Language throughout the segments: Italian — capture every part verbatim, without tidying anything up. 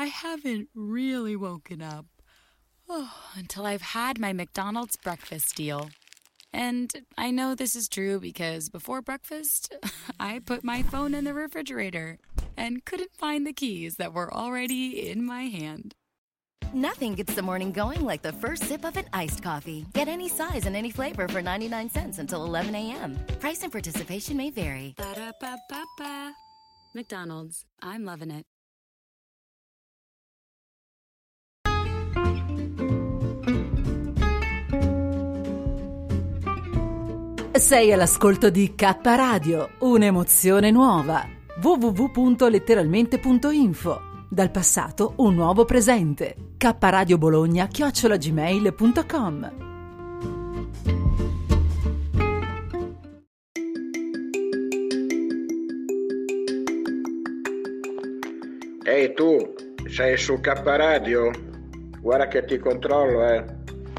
haven't really woken up. Oh, until I've had my McDonald's breakfast deal. And I know this is true because before breakfast, I put my phone in the refrigerator and couldn't find the keys that were already in my hand. Nothing gets the morning going like the first sip of an iced coffee. Get any size and any flavor for ninety-nine cents until eleven a.m. Price and participation may vary. Ba-da-ba-ba-ba. McDonald's. I'm loving it. Sei all'ascolto di K Radio, un'emozione nuova. w w w punto letteralmente punto info. Dal passato un nuovo presente. K Radio Bologna chiocciola gmail punto com. Ehi tu, sei su K Radio? Guarda che ti controllo, eh.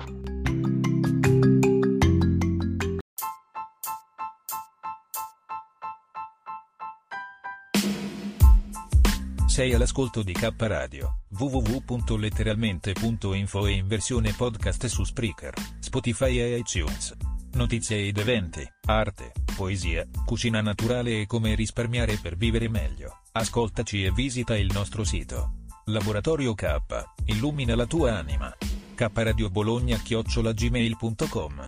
Sei all'ascolto di K Radio, w w w punto letteralmente punto info e in versione podcast su Spreaker, Spotify e iTunes. Notizie ed eventi, arte, poesia, cucina naturale e come risparmiare per vivere meglio. Ascoltaci e visita il nostro sito. Laboratorio K, illumina la tua anima. K Radio Bologna chiocciola gmail punto com.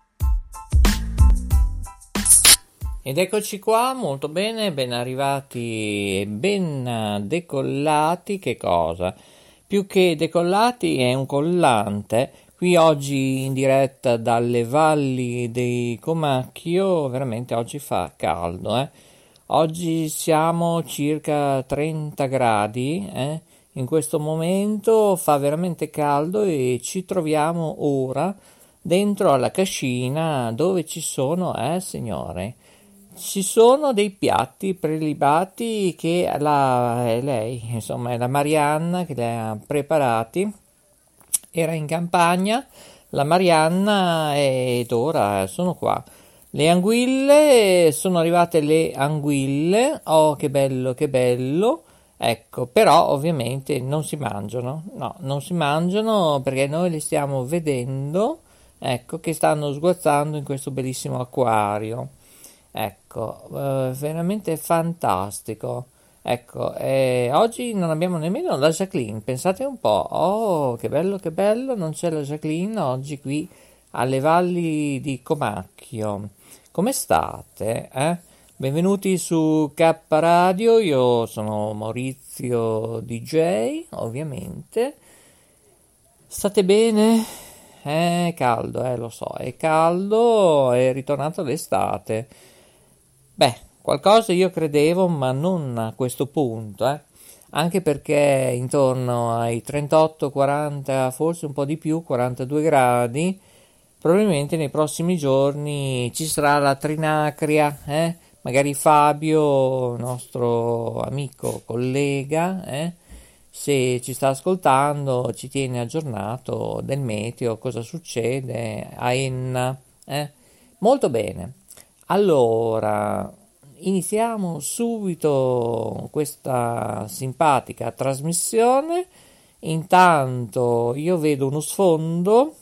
Ed eccoci qua, molto bene, ben arrivati e ben decollati. Che cosa? Più che decollati è un collante. Qui oggi in diretta dalle valli dei Comacchio, veramente oggi fa caldo, eh? Oggi siamo circa trenta gradi, eh? In questo momento fa veramente caldo e ci troviamo ora dentro alla cascina dove ci sono, eh signore? Ci sono dei piatti prelibati che la, è lei, insomma è la Marianna che li ha preparati. Era in campagna la Marianna ed ora sono qua. Le anguille, sono arrivate le anguille, oh che bello che bello, ecco, però ovviamente non si mangiano, no, non si mangiano perché noi le stiamo vedendo, ecco, che stanno sguazzando in questo bellissimo acquario. Ecco, eh, veramente fantastico. Ecco, eh, oggi non abbiamo nemmeno la Jacqueline, pensate un po', oh che bello che bello, non c'è la Jacqueline oggi qui alle valli di Comacchio. Come state? Eh? Benvenuti su K Radio, io sono Maurizio D J, ovviamente. State bene? È caldo, eh, lo so, è caldo, è ritornato l'estate. Beh, qualcosa io credevo, ma non a questo punto, eh. Anche perché intorno ai trentotto quaranta, forse un po' di più, quarantadue gradi, probabilmente nei prossimi giorni ci sarà la trinacria, eh. Magari Fabio, nostro amico, collega, eh, se ci sta ascoltando, ci tiene aggiornato del meteo, cosa succede a Enna, eh. Molto bene. Allora, iniziamo subito questa simpatica trasmissione. Intanto io vedo uno sfondo,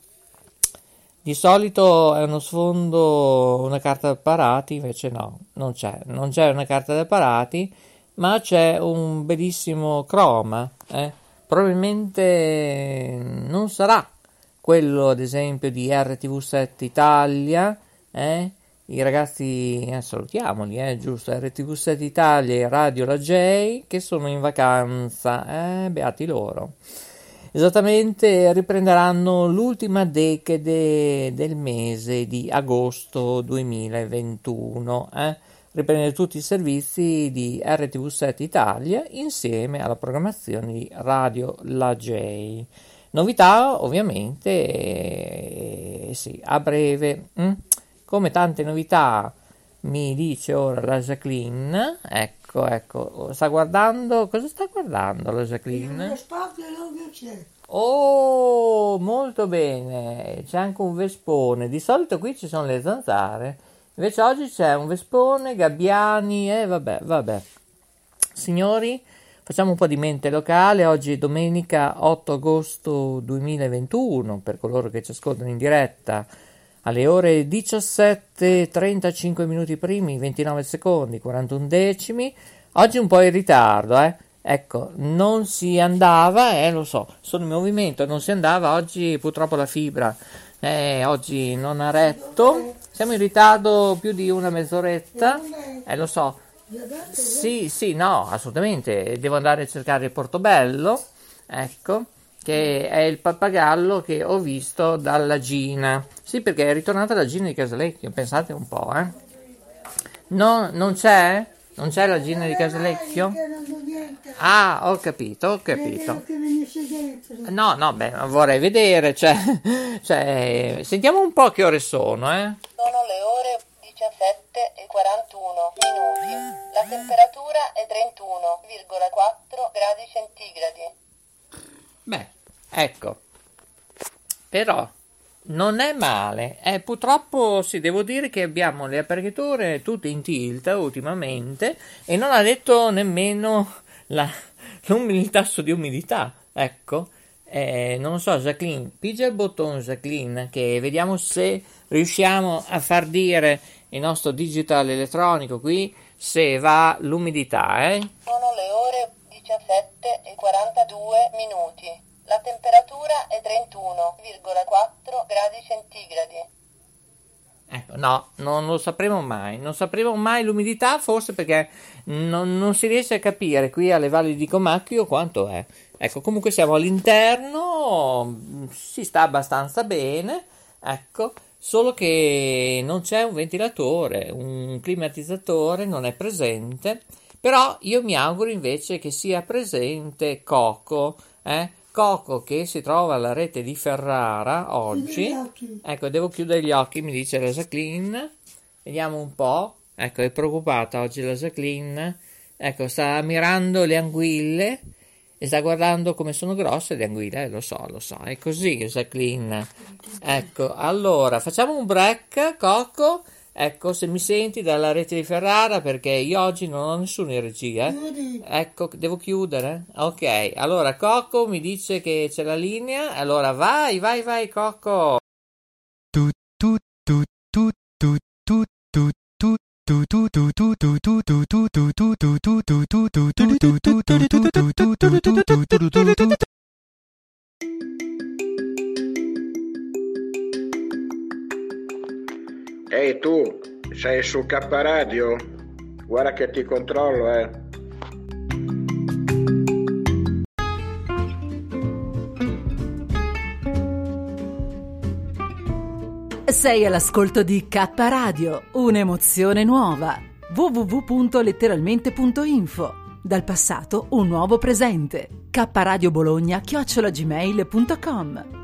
di solito è uno sfondo, una carta da parati, invece no, non c'è, non c'è una carta da parati, ma c'è un bellissimo croma, eh? Probabilmente non sarà quello ad esempio di R T V sette Italia, eh? I ragazzi, eh, salutiamoli, eh, giusto, R T V sette Italia e Radio La J che sono in vacanza, eh, beati loro. Esattamente, riprenderanno l'ultima decade del mese di agosto duemilaventuno, eh? Riprendere tutti i servizi di R T V sette Italia insieme alla programmazione di Radio La J. Novità ovviamente, eh, sì, a breve, hm? Come tante novità mi dice ora la Jacqueline, ecco, ecco, sta guardando, cosa sta guardando la Jacqueline? Oh, molto bene, c'è anche un vespone, di solito qui ci sono le zanzare, invece oggi c'è un vespone, gabbiani, e eh, vabbè, vabbè. Signori, Facciamo un po' di mente locale. Oggi è domenica otto agosto duemilaventuno, per coloro che ci ascoltano in diretta alle ore diciassette e trentacinque minuti primi, ventinove secondi, quarantuno decimi. Oggi un po' in ritardo, eh. Ecco, non si andava, eh, lo so, sono in movimento, non si andava, oggi purtroppo la fibra, eh, oggi non ha retto, siamo in ritardo più di una mezz'oretta, eh, lo so, sì, sì, no, assolutamente, devo andare a cercare il Portobello, ecco, che è il pappagallo che ho visto dalla Gina, sì, perché è ritornata la Gina di Casalecchio, pensate un po', eh, no, non c'è? Non c'è la Gina di Casalecchio? Ah, ho capito, ho capito. No, no, beh, vorrei vedere, cioè, cioè, sentiamo un po' che ore sono, eh. Sono le ore diciassette e quarantuno minuti. La temperatura è trentuno virgola quattro gradi centigradi. Beh, ecco. Però non è male, eh, purtroppo sì, devo dire che abbiamo le apparecchiature tutte in tilt ultimamente e non ha detto nemmeno la, il tasso di umidità, ecco, eh, non so, Jacqueline, pigia il bottone Jacqueline, che vediamo se riusciamo a far dire il nostro digital elettronico qui se va l'umidità, eh. Sono le ore diciassette e quarantadue minuti. La temperatura è trentuno virgola quattro gradi centigradi. Ecco, no, non lo sapremo mai, non sapremo mai l'umidità, forse perché non, non si riesce a capire qui alle valli di Comacchio quanto è. Ecco, comunque siamo all'interno, si sta abbastanza bene, ecco, solo che non c'è un ventilatore, un climatizzatore non è presente, però io mi auguro invece che sia presente Coco, eh? Coco che si trova alla rete di Ferrara oggi. Ecco, devo chiudere gli occhi, mi dice la Jacqueline. Vediamo un po'. Ecco, è preoccupata oggi la Jacqueline. Ecco, sta mirando le anguille e sta guardando come sono grosse le anguille. Eh, lo so, lo so, è così, Jacqueline. Ecco, allora, facciamo un break, Coco. Ecco, se mi senti dalla rete di Ferrara, perché io oggi non ho nessuno in regia. Eh? Ecco, devo chiudere? Ok, allora Coco mi dice che c'è la linea, allora vai, vai, vai Coco. Ehi tu, sei su K Radio? Guarda che ti controllo, eh. Sei all'ascolto di K Radio, un'emozione nuova. w w w punto letteralmente punto info. Dal passato un nuovo presente. K Radio Bologna chiocciola gmail punto com.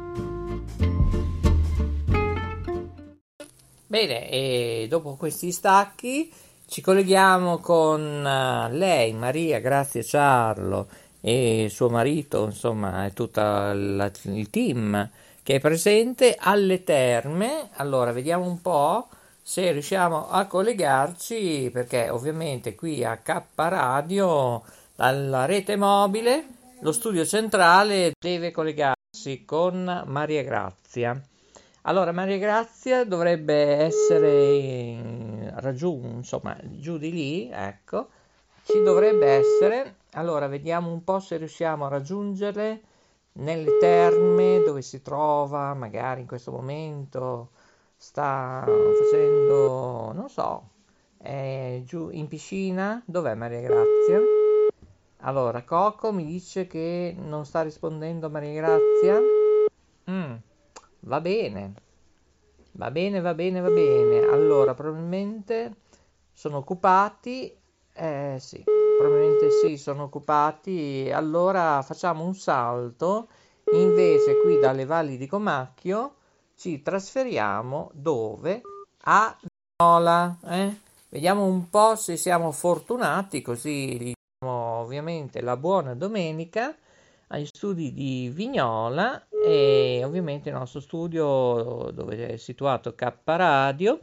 Bene, e dopo questi stacchi ci colleghiamo con uh, lei, Maria Grazia Ciarlo, e suo marito, insomma, è tutto il team che è presente alle Terme. Allora, vediamo un po' se riusciamo a collegarci, perché ovviamente qui a K Radio, dalla rete mobile, lo studio centrale deve collegarsi con Maria Grazia. Allora, Maria Grazia dovrebbe essere raggiunta, insomma, giù di lì, ecco, ci dovrebbe essere. Allora, vediamo un po' se riusciamo a raggiungerle nelle terme dove si trova, magari in questo momento sta facendo, non so, è giù in piscina. Dov'è Maria Grazia? Allora, Coco mi dice che non sta rispondendo a Maria Grazia. Mm. Va bene, va bene, va bene, va bene. Allora, probabilmente sono occupati. Eh sì, probabilmente sì, sono occupati. Allora facciamo un salto. Invece qui dalle valli di Comacchio ci trasferiamo dove? A Vignola. Eh? Vediamo un po' se siamo fortunati, così gli diamo ovviamente la buona domenica agli studi di Vignola, e ovviamente il nostro studio dove è situato K Radio,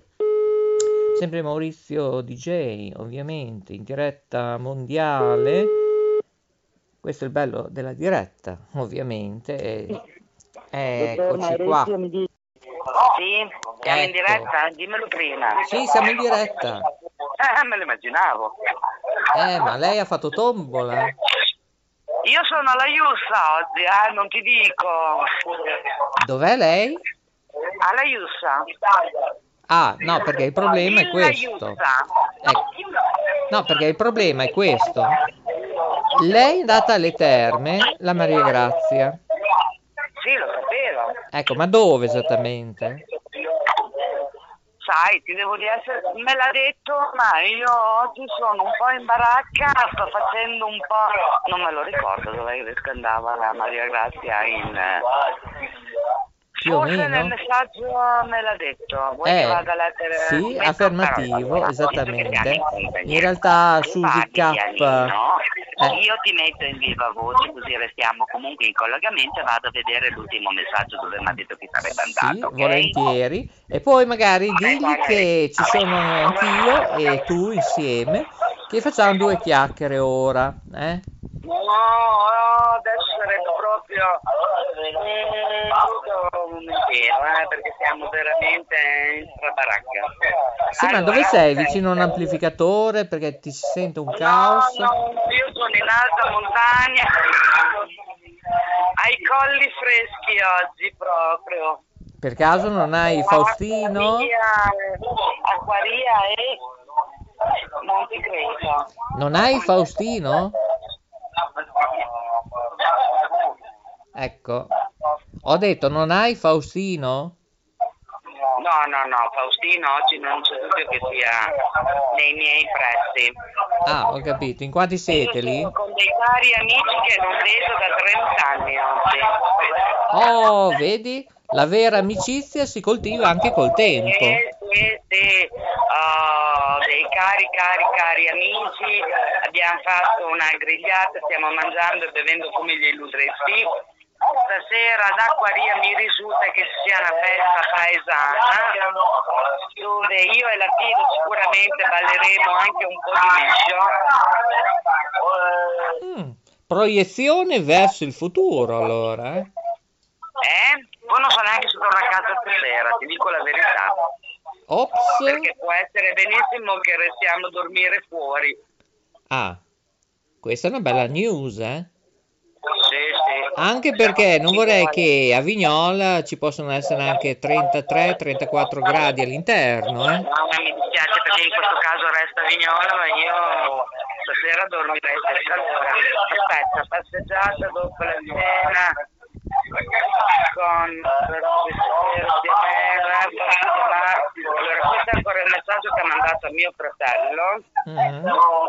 sempre Maurizio D J, ovviamente in diretta mondiale Questo è il bello della diretta, ovviamente. E... Dottor Eccoci qua. Maurizio, mi dica. Sì, siamo in Ecco. diretta? Dimmelo prima. Sì, siamo in diretta. Eh, me lo immaginavo. Eh, ma lei ha fatto tombola? Io sono alla Iussa oggi, eh, non ti dico. Dov'è lei? Alla Iussa. Ah, no, perché il problema è Villa questo. Iussa. Ecco. No, perché il problema è questo. Lei è andata alle terme, la Maria Grazia. Sì, lo sapevo. Ecco, ma dove esattamente? Sai, ti devo dire, me l'ha detto, ma io oggi sono un po' in baracca, sto facendo un po'... Non me lo ricordo dove andava la Maria Grazia in... Più o Forse meno? nel messaggio me l'ha detto. Vuoi Eh, che vada a leggere? sì, Metto affermativo, parola. esattamente. Visto che siamo in compagnia. In realtà Tu Susi parli K, pianino, eh. io ti metto in viva voce così restiamo comunque in collegamento e vado a vedere l'ultimo messaggio dove mi ha detto che sarebbe sì, andato, ok? volentieri. E poi magari Vabbè, digli guarda, che ci vabbè. sono anch'io e tu insieme, che facciamo due chiacchiere ora, eh? No, no, adesso sarebbe proprio mm, tutto un intero, eh, perché siamo veramente in strabaracca. Sì, ma Allora, dove sei? ok. Vicino a un amplificatore? Perché ti si sente un No, caos? no, io sono in alta montagna, ai colli freschi oggi proprio. Per caso non hai Faustino? Acquaria, Acquaria e Monticreto. Non hai Faustino? Ecco, ho detto non hai Faustino? No, no, no, Faustino oggi non c'è dubbio che sia nei miei pressi. Ah, ho capito. In quanti siete lì? Io sono con dei cari amici che non vedo da trenta anni oggi. Oh, vedi? La vera amicizia si coltiva anche col tempo. Sì, sì, sì. Oh, dei cari, cari, cari amici. Abbiamo fatto una grigliata, stiamo mangiando e bevendo come gli illudresti. Stasera ad Acquaria mi risulta che ci sia una festa paesana dove io e la Tiro sicuramente balleremo anche un po' di liscio. Mm, proiezione verso il futuro, allora. Eh? Eh? Poi non so neanche se torno a casa stasera, ti dico la verità. Ops. Perché può essere benissimo che restiamo a dormire fuori. Ah, questa è una bella news, eh? Sì, sì. Anche perché non vorrei che a Vignola ci possano essere anche trentatré trentaquattro gradi all'interno, eh? No, ma mi dispiace perché in questo caso resta Vignola, ma io stasera dormirei senza allora. Aspetta, passeggiata dopo la cena con allora questo è ancora il messaggio che ha mandato a mio fratello. Mm.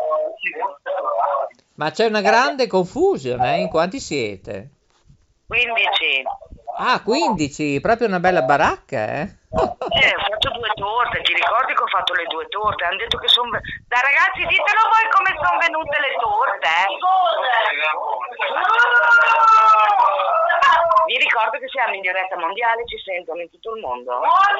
Ma c'è una grande confusion, eh? In quanti siete? quindici. Ah, quindici, proprio una bella baracca, eh? Eh, ho fatto due torte, ti ricordi che ho fatto le due torte? Hanno detto che sono... Dai ragazzi, ditelo voi come sono venute le torte, eh? Vi ricordo che siamo in diretta mondiale, ci sentono in tutto il mondo.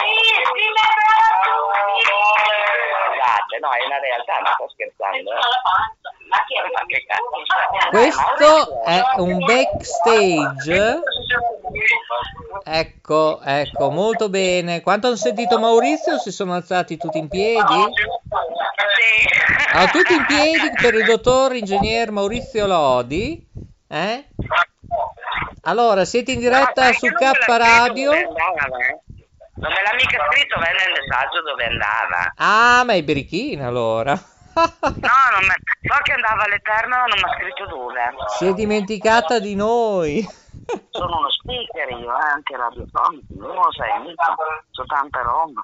Scusate, no, è una realtà, non sto scherzando. Ma che cazzo? Questo è un backstage. Ecco, ecco, molto bene. Quando hanno sentito Maurizio si sono alzati tutti in piedi? Sì. Ah, tutti in piedi per il dottor ingegner Maurizio Lodi? Eh? Allora, siete in diretta No, su sai che K non me l'ha Radio? scritto dove andava, eh? Non me l'ha mica scritto, beh, nel messaggio dove andava. Ah, ma è birichina allora. No, non me... so che andava all'Eterno, ma non mi ha scritto dove. Si è dimenticata di noi. Sono uno speaker io, eh, anche radiofonico, non lo sai, mica. C'ho tanta roba.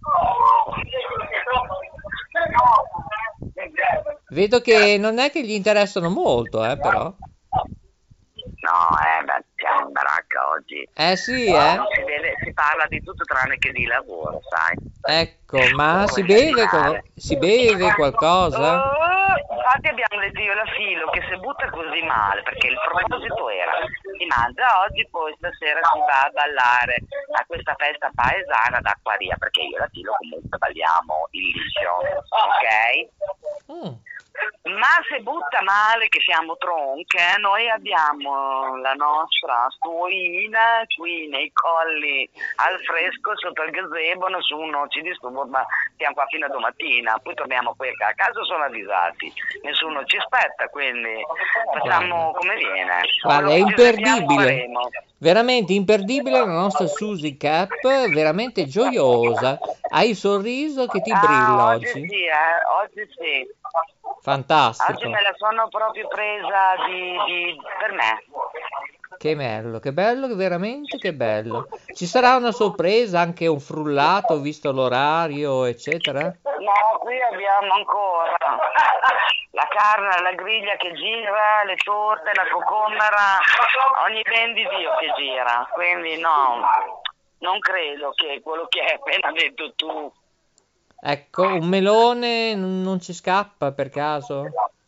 Vedo che non è che gli interessano molto, eh, però. No, eh, beh, siamo in baracca oggi. Eh sì, eh. Si, vede, si parla di tutto tranne che di lavoro, sai. Ecco, ma si beve, co- si beve qualcosa? Oh, infatti abbiamo detto io e la Filo che se butta così male, perché il proposito era si mangia oggi, poi stasera si va a ballare a questa festa paesana d'Acquaria, perché io e la Filo comunque balliamo il liscio, ok? Mm. Ma se butta male che siamo tronche, noi abbiamo la nostra stuoina qui nei colli al fresco sotto il gazebo, nessuno ci disturba, stiamo qua fino a domattina, poi torniamo qui a casa, sono avvisati, nessuno ci aspetta, quindi facciamo come viene. Guarda, è imperdibile, veramente imperdibile la nostra Susie Cap, veramente gioiosa, hai il sorriso che ti brilla ah, oggi. Oggi sì, eh, oggi sì. Fantastico. Oggi me la sono proprio presa di, di, per me. Che bello, che bello, veramente che bello. Ci sarà una sorpresa, anche un frullato, visto l'orario, eccetera? No, qui abbiamo ancora la carne, la griglia che gira, le torte, la cocomera, ogni ben di Dio che gira. Quindi no, non credo che quello che hai appena detto tu. Ecco, un melone non ci scappa per caso?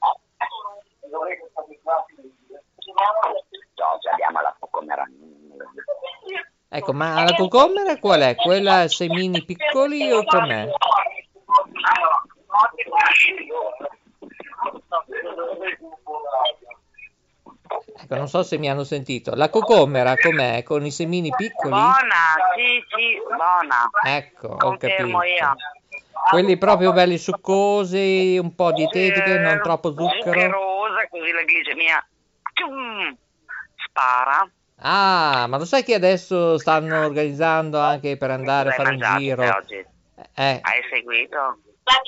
No, abbiamo la cocomera. Ecco, ma la cocomera qual è? Quella a semini piccoli o com'è? Ecco, non so se mi hanno sentito. La cocomera com'è? Con i semini piccoli? Buona, sì, sì, buona. Ecco, ho Confermo capito. io. Quelli proprio belli succosi, un po' dietetiche, Sì, non troppo zucchero. zuccherosa, così la glicemia cium, spara. Ah, ma lo sai che adesso stanno organizzando anche per andare a fare un giro? Oggi? Eh. Hai seguito?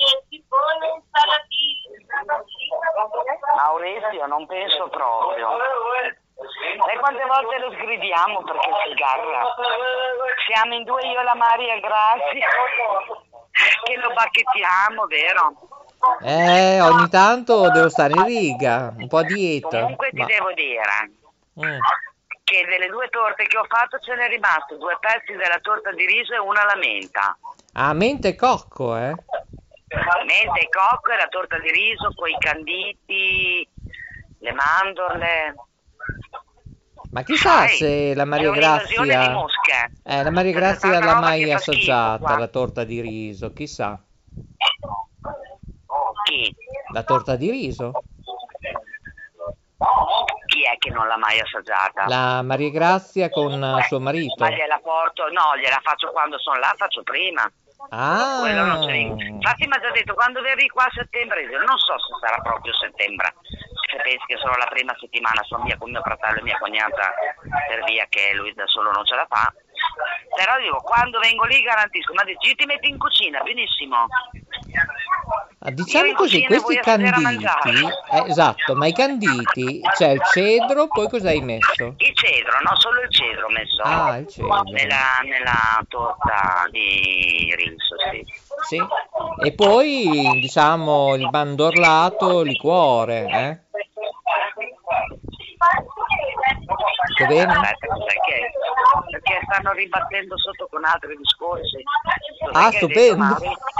Maurizio, non penso proprio. Sai quante volte lo sgridiamo perché si sgarra? Siamo in due, io e la Maria Grazia, che lo bacchettiamo, vero? Eh, ogni tanto devo stare in riga, un po' a dieta. Comunque ti ma... devo dire mm. che delle due torte che ho fatto ce n'è rimasto due pezzi della torta di riso e una alla menta. Ah, menta e cocco, eh? Menta e cocco e la torta di riso con i canditi, le mandorle. Ma chissà Sai, se la Maria è un'invasione Grazia... di mosche. Eh, la Maria C'è Grazia tanta l'ha roba mai che fa schifo assaggiata, qua. la torta di riso, chissà. Chi? La torta di riso? Chi è che non l'ha mai assaggiata? La Maria Grazia con uh, suo marito. Ma gliela porto, no, gliela faccio quando sono là, faccio prima. Ah! Quello non c'è. Infatti mi ha già detto, quando verrai qua a settembre, io non so se sarà proprio settembre, se pensi che solo la prima settimana sono via con mio fratello e mia cognata per via che lui da solo non ce la fa, però dico, quando vengo lì garantisco, ma dici, ti metti in cucina, benissimo. Ah, diciamo così, questi canditi, eh, esatto, ma i canditi, c'è il cedro, poi cosa hai messo? Il cedro, no, solo il cedro ho messo. Ah, il cedro. Nella, nella torta di riso, sì. Sì, e poi diciamo il mandorlato, liquore, eh? Tutto bene? Aspetta, cos'è che... Perché stanno ribattendo sotto con altri discorsi. Cos'è Ah, che stupendo!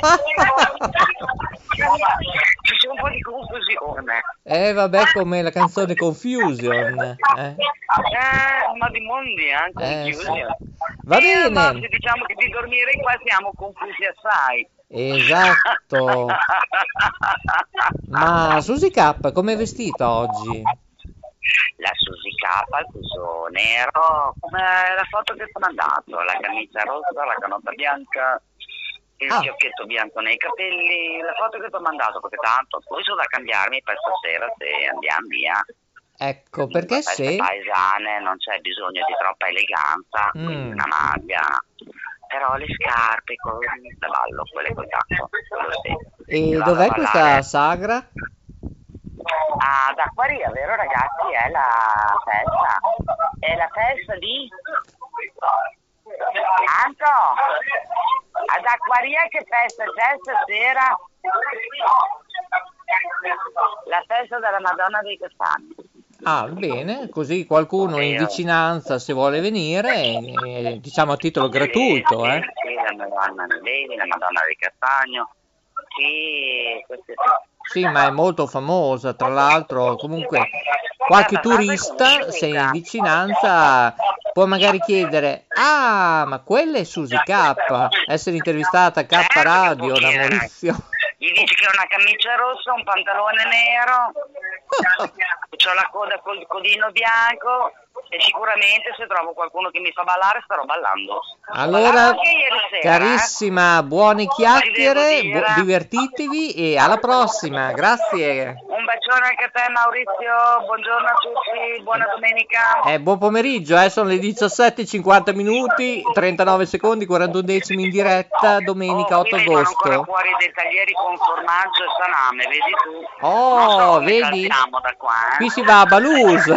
Ci c'è un po' di confusione. Eh, vabbè, come la canzone Confusion, eh? Eh, ma di mondi anche, Eh, confusion. sì. Va Eh, bene. ma se diciamo che di dormire qua siamo confusi assai. Esatto. Ma Susie K, come è vestita oggi? La Susie K, il fuso nero, come la foto che ti ho mandato, la camicia rossa, la canotta bianca, il Ah. fiocchetto bianco nei capelli, la foto che ti ho mandato, perché tanto poi sono da cambiarmi per stasera se andiamo via. Ecco, perché Feste se... paesane, non c'è bisogno di troppa eleganza, Mm. quindi una maglia, però le scarpe con il cavallo, quelle col tacco, quello sì. E Vado a dov'è ballare. questa sagra? Ad Acquaria, vero ragazzi? È la festa. È la festa di... Anto! Ad Acquaria che festa c'è stasera? La festa della Madonna dei Castagni. Ah, bene, così qualcuno in vicinanza se vuole venire, eh, diciamo a titolo gratuito, eh? Sì, la Madonna dei Levi, la Madonna dei Castagno. Sì, queste Sì, ma è molto famosa, tra l'altro, comunque qualche turista, se è in vicinanza, può magari chiedere, ah, ma quella è Susie K, essere intervistata a K Radio da Maurizio. Gli Dici che ho una camicia rossa, un pantalone nero, ho la coda col codino bianco e sicuramente se trovo qualcuno che mi fa ballare starò ballando. Allora, anche ieri sera, carissima, eh. buone chiacchiere, Ti devo bu- dire. divertitevi e alla prossima, grazie. Un bacione anche a te Maurizio, buongiorno a tutti, buona domenica. Eh, buon pomeriggio, eh, sono le diciassette e cinquanta minuti, trentanove secondi, quarantuno decimi in diretta, domenica Oh, otto qui vengono ancora agosto. fuori dei taglieri con formaggio e salame, vedi tu? Oh, Non so come vedi? saltiamo da qua, eh. Qui si va a Baluse.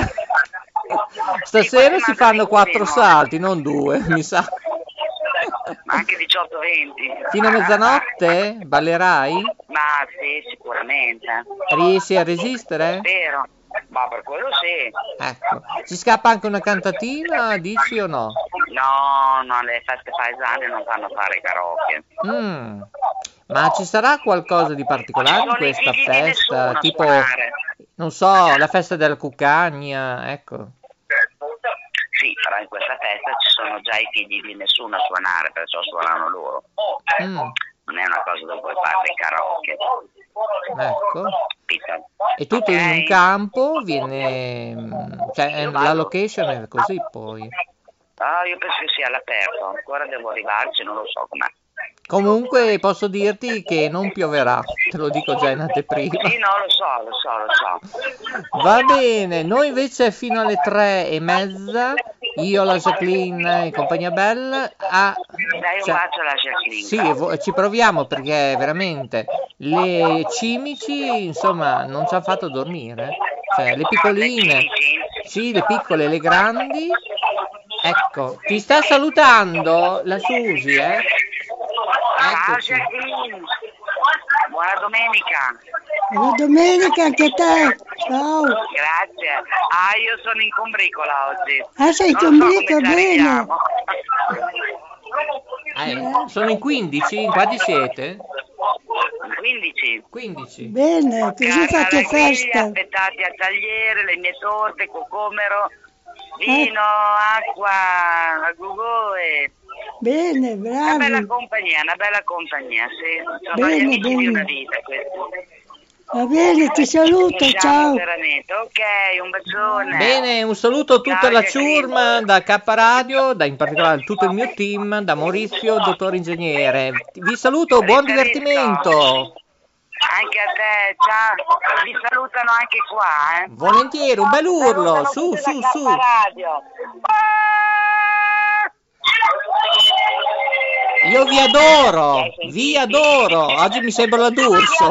Stasera Sì, si qua fanno si quattro mangia di salti, non due, mi sa. Ma anche diciotto venti. Fino a mezzanotte ballerai? Ma sì, sicuramente. Riesci a resistere? Spero. Ma per quello sì. Ecco. Ci scappa anche una cantatina, dici o no? No, no, le feste paesane non fanno fare karaoke. Mm. Ma ci sarà qualcosa di particolare in Sono i questa figli di festa? nessuno a Tipo, suonare. non so, la festa della cuccagna, ecco. Sì, però in questa festa ci sono già i figli di nessuno a suonare, perciò suonano loro. Mm. Non è una cosa dove puoi fare il karaoke. Ecco. Capito? E tutto Ok? in un campo viene, mm, cioè Io la vado. location è così poi. Ah, io penso che sia all'aperto, ancora devo arrivarci, non lo so com'è. Comunque posso dirti che non pioverà, te lo dico già in anteprima. Sì, no, lo so, lo so, lo so. Va bene, noi invece fino alle tre e mezza, io, la Jacqueline e compagnia bella, a... Dai un cioè, bacio alla Jacqueline. sì, vo- ci proviamo perché veramente le cimici, insomma, non ci hanno fatto dormire. Cioè, le piccoline, Le cimici? sì, le piccole e le grandi. Ecco, ti sta salutando la Susi, eh? Ciao Eccoci. Jacqueline, buona domenica. Buona domenica anche te. Ciao. Grazie. Ah, io sono in combricola oggi. Ah, sei Non so combrico, come ci bene. arriviamo. Eh, sono in quindici, in quanti siete? quindici. quindici. Bene, così Carne fate alla griglia, festa. aspettati a tagliere, le mie torte, cocomero, vino, acqua, a gugò e... Bene, Una bella bravi. compagnia, una bella compagnia, sì. Sono Bene, gli amici bene. di una vita questi. Va bene, ti saluto, Ci siamo ciao. veramente. Ok, un bacione. Bene, un saluto a tutta Ciao, la Jacqueline. ciurma da K Radio, da in particolare tutto il mio team, da Maurizio, dottor ingegnere. Vi saluto, buon Riferisco. divertimento. Anche a te, ciao. Vi salutano anche qua, eh. Volentieri, un bel urlo, Salutano su, tutti su, da su. K Radio. Io vi adoro, vi adoro. Oggi mi sembra la D'Urso.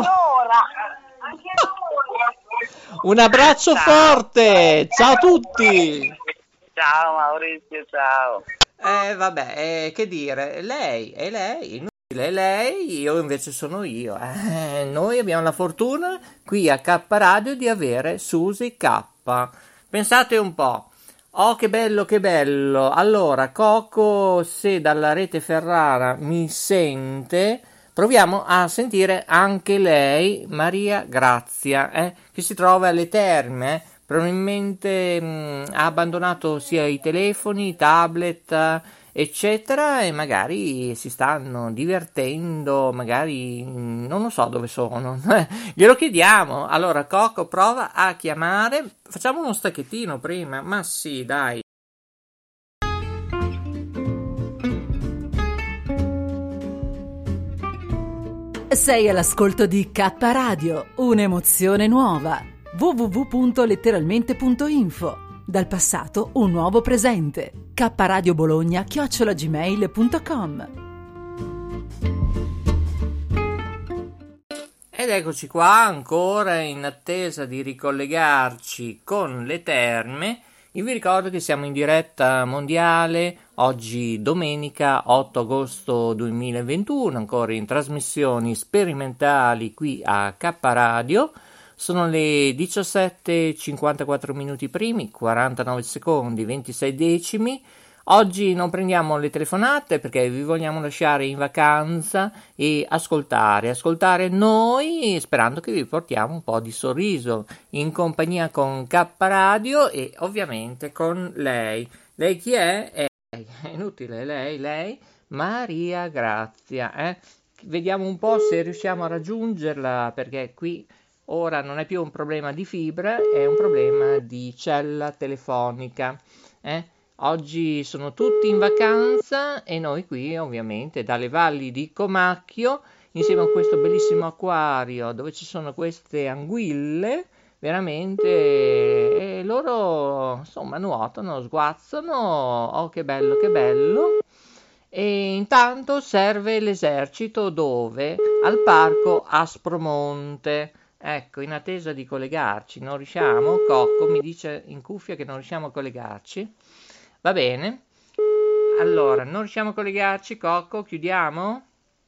Un abbraccio forte, ciao a tutti. Ciao Maurizio, ciao. Eh vabbè, eh, che dire, lei, è lei, inutile, è lei, io invece sono io. Eh, noi abbiamo la fortuna qui a K Radio di avere Susi K. Pensate un po'. Oh, che bello, che bello. Allora, Coco, se dalla rete Ferrara mi sente, proviamo a sentire anche lei, Maria Grazia, eh, che si trova alle Terme. Probabilmente mh, ha abbandonato sia i telefoni, i tablet, eccetera, e magari si stanno divertendo, magari mh, non lo so dove sono. Glielo chiediamo. Allora, Coco, prova a chiamare. Facciamo uno stacchettino prima. Ma sì, dai. Sei all'ascolto di K Radio, un'emozione nuova. w w w punto letteralmente punto info. Dal passato un nuovo presente. K Radio Bologna chiocciola gmail punto com. Ed eccoci qua ancora in attesa di ricollegarci con le terme. Io vi ricordo che siamo in diretta mondiale oggi domenica otto agosto duemilaventuno, ancora in trasmissioni sperimentali qui a K Radio. Sono le diciassette e cinquantaquattro minuti primi, quarantanove secondi, ventisei decimi. Oggi non prendiamo le telefonate perché vi vogliamo lasciare in vacanza e ascoltare, ascoltare noi, sperando che vi portiamo un po' di sorriso in compagnia con K Radio e ovviamente con lei. Lei chi è? È, è inutile, lei, lei, Maria Grazia, eh? vediamo un po' se riusciamo a raggiungerla, perché qui ora non è più un problema di fibra, è un problema di cella telefonica. Eh? Oggi sono tutti in vacanza e noi qui ovviamente dalle valli di Comacchio, insieme a questo bellissimo acquario dove ci sono queste anguille, veramente, e loro insomma nuotano, sguazzano, oh che bello, che bello. E intanto serve l'esercito dove? Al parco Aspromonte. Ecco, in attesa di collegarci, non riusciamo, Cocco mi dice in cuffia che non riusciamo a collegarci. Va bene, allora, non riusciamo a collegarci, Cocco, chiudiamo?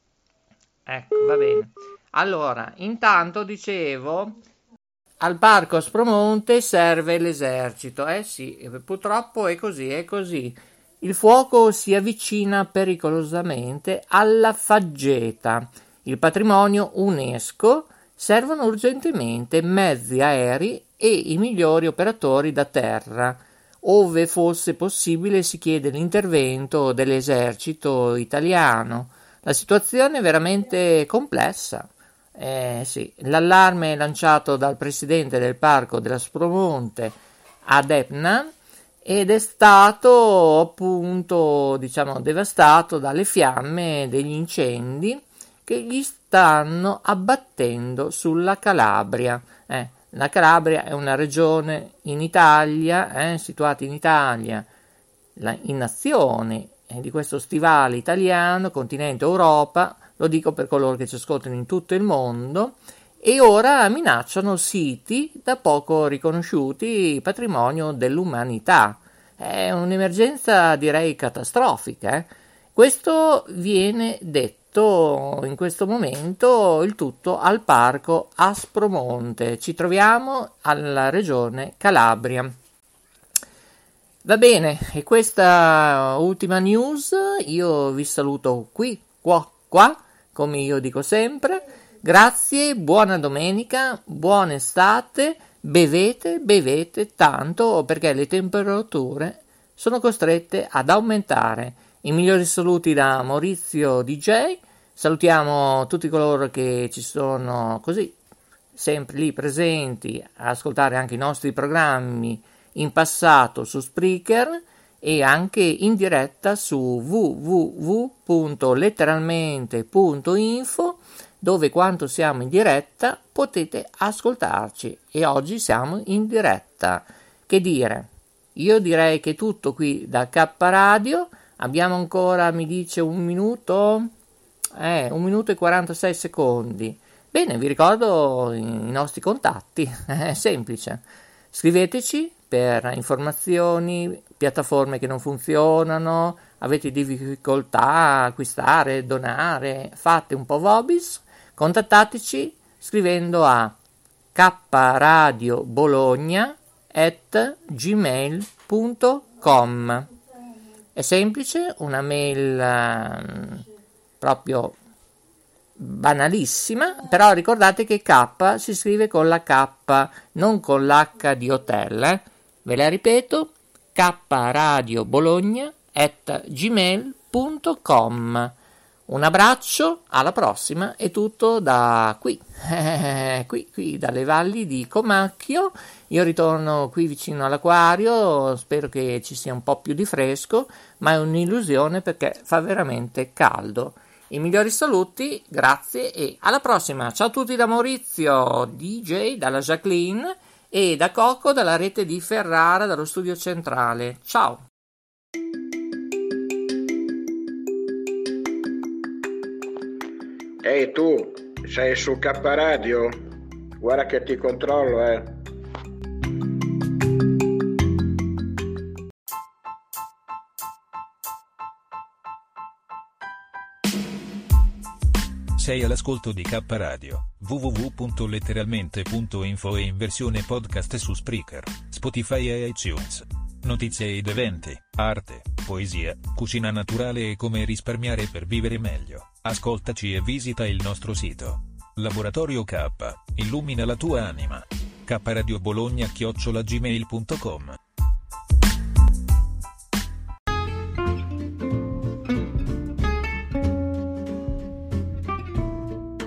Ecco, va bene. Allora, intanto dicevo, al parco Aspromonte serve l'esercito. Eh sì, purtroppo è così, è così. Il fuoco si avvicina pericolosamente alla faggeta. Il patrimonio UNESCO. Servono urgentemente mezzi aerei e i migliori operatori da terra. Ove fosse possibile si chiede l'intervento dell'esercito italiano. La situazione è veramente complessa. Eh, sì. L'allarme lanciato dal presidente del parco dell'Aspromonte ad Etna ed è stato appunto, diciamo, devastato dalle fiamme degli incendi che gli stanno abbattendo sulla Calabria. Eh, la Calabria è una regione in Italia, eh, situata in Italia, la, in nazione eh, di questo stivale italiano, continente Europa, lo dico per coloro che ci ascoltano in tutto il mondo, e ora minacciano siti da poco riconosciuti patrimonio dell'umanità. È un'emergenza direi catastrofica. Eh. Questo viene detto in questo momento, il tutto al parco Aspromonte. Ci troviamo alla regione Calabria. Va bene, e questa ultima news io vi saluto qui, qua, qua, come io dico sempre. Grazie, buona domenica, buona estate, bevete, bevete tanto perché le temperature sono costrette ad aumentare. I migliori saluti da Maurizio D J. Salutiamo tutti coloro che ci sono così, sempre lì presenti, a ascoltare anche i nostri programmi in passato su Spreaker e anche in diretta su w w w punto letteralmente punto info, dove quando siamo in diretta potete ascoltarci. E oggi siamo in diretta. Che dire? Io direi che è tutto qui da K Radio. Abbiamo ancora, mi dice, un minuto... Eh, un minuto e quarantasei secondi. Bene, vi ricordo i nostri contatti, è semplice. Scriveteci per informazioni, piattaforme che non funzionano, avete difficoltà a acquistare, donare, fate un po' vobis, contattateci scrivendo a kradiobologna at gmail punto com. È semplice, una mail... proprio banalissima, però ricordate che K si scrive con la K, non con l'H di hotel. Eh? Ve la ripeto, kradiobologna at gmail punto com. Un abbraccio, alla prossima, è tutto da qui, eh, qui, qui dalle valli di Comacchio. Io ritorno qui vicino all'acquario, spero che ci sia un po' più di fresco, ma è un'illusione perché fa veramente caldo. I migliori saluti, grazie e alla prossima. Ciao a tutti da Maurizio D J, dalla Jacqueline e da Cocco dalla rete di Ferrara, dallo studio centrale. Ciao! Ehi tu, sei su K Radio? Guarda che ti controllo, eh! Sei all'ascolto di K Radio, w w w punto letteralmente punto info e in versione podcast su Spreaker, Spotify e iTunes. Notizie ed eventi, arte, poesia, cucina naturale e come risparmiare per vivere meglio. Ascoltaci e visita il nostro sito. Laboratorio K, illumina la tua anima. kradiobologna chiocciola gmail punto com.